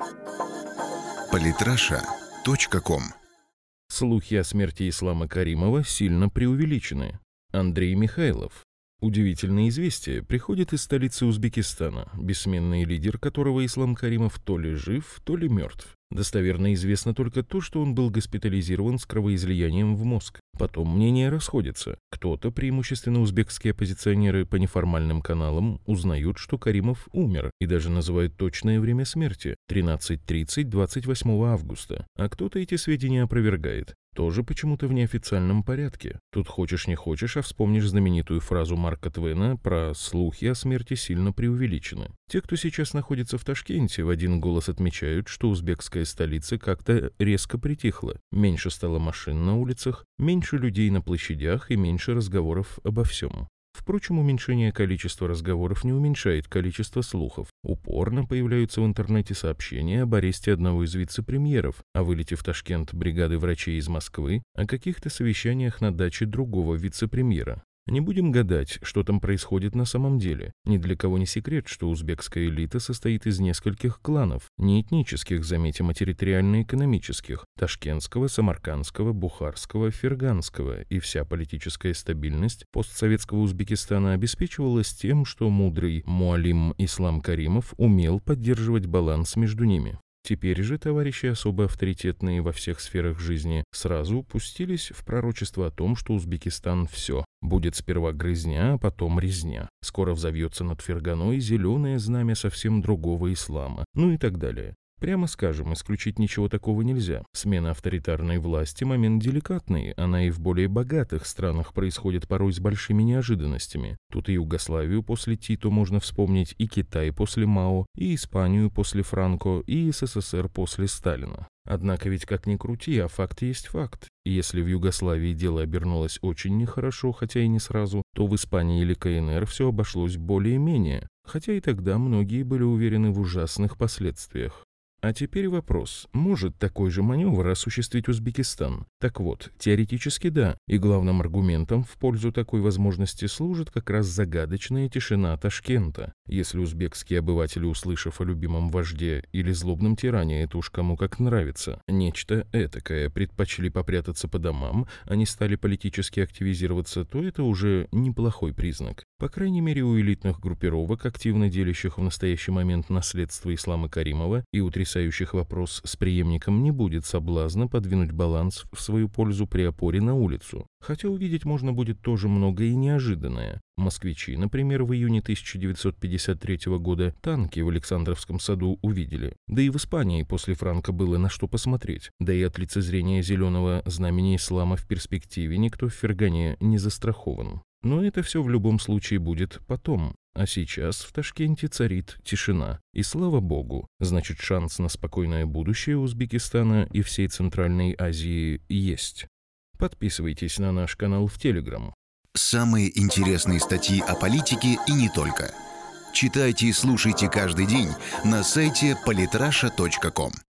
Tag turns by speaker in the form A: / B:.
A: Политраша.ком.
B: Слухи о смерти Ислама Каримова сильно преувеличены. Андрей Михайлов. Удивительное известие приходит из столицы Узбекистана, бессменный лидер которого Ислам Каримов то ли жив, то ли мертв. Достоверно известно только то, что он был госпитализирован с кровоизлиянием в мозг. Потом мнения расходятся. Кто-то, преимущественно узбекские оппозиционеры по неформальным каналам, узнают, что Каримов умер, и даже называют точное время смерти – 13:30 28 августа. А кто-то эти сведения опровергает. Тоже почему-то в неофициальном порядке. Тут хочешь не хочешь, а вспомнишь знаменитую фразу Марка Твена про «слухи о смерти сильно преувеличены». Те, кто сейчас находится в Ташкенте, в один голос отмечают, что узбекская столица как-то резко притихла. Меньше стало машин на улицах, меньше людей на площадях и меньше разговоров обо всем. Впрочем, уменьшение количества разговоров не уменьшает количество слухов. Упорно появляются в интернете сообщения об аресте одного из вице-премьеров, о вылете в Ташкент бригады врачей из Москвы, о каких-то совещаниях на даче другого вице-премьера. Не будем гадать, что там происходит на самом деле. Ни для кого не секрет, что узбекская элита состоит из нескольких кланов, не этнических, заметим, а территориально-экономических – ташкентского, самаркандского, бухарского, ферганского, и вся политическая стабильность постсоветского Узбекистана обеспечивалась тем, что мудрый муалим Ислам Каримов умел поддерживать баланс между ними. Теперь же товарищи, особо авторитетные во всех сферах жизни, сразу пустились в пророчество о том, что Узбекистан все. Будет сперва грызня, а потом резня. Скоро взовьется над Ферганой зеленое знамя совсем другого ислама, ну и так далее. Прямо скажем, исключить ничего такого нельзя. Смена авторитарной власти – момент деликатный, она и в более богатых странах происходит порой с большими неожиданностями. Тут и Югославию после Тито можно вспомнить, и Китай после Мао, и Испанию после Франко, и СССР после Сталина. Однако ведь как ни крути, а факт есть факт. И если в Югославии дело обернулось очень нехорошо, хотя и не сразу, то в Испании или КНР все обошлось более-менее, хотя и тогда многие были уверены в ужасных последствиях. А теперь вопрос, может такой же маневр осуществить Узбекистан? Так вот, теоретически да, и главным аргументом в пользу такой возможности служит как раз загадочная тишина Ташкента. Если узбекские обыватели, услышав о любимом вожде или злобном тиране, это уж кому как нравится, нечто этакое, предпочли попрятаться по домам, а не стали политически активизироваться, то это уже неплохой признак. По крайней мере, у элитных группировок, активно делящих в настоящий момент наследство Ислама Каримова и утрясающих вопрос с преемником, не будет соблазна подвинуть баланс в свою пользу при опоре на улицу. Хотя увидеть можно будет тоже многое и неожиданное. Москвичи, например, в июне 1953 года танки в Александровском саду увидели. Да и в Испании после Франко было на что посмотреть. Да и от лицезрения зеленого знамени ислама в перспективе никто в Фергане не застрахован. Но это все в любом случае будет потом. А сейчас в Ташкенте царит тишина. И слава богу, значит, шанс на спокойное будущее Узбекистана и всей Центральной Азии есть. Подписывайтесь на наш канал в Телеграм.
A: Самые интересные статьи о политике и не только. Читайте и слушайте каждый день на сайте politrasha.com.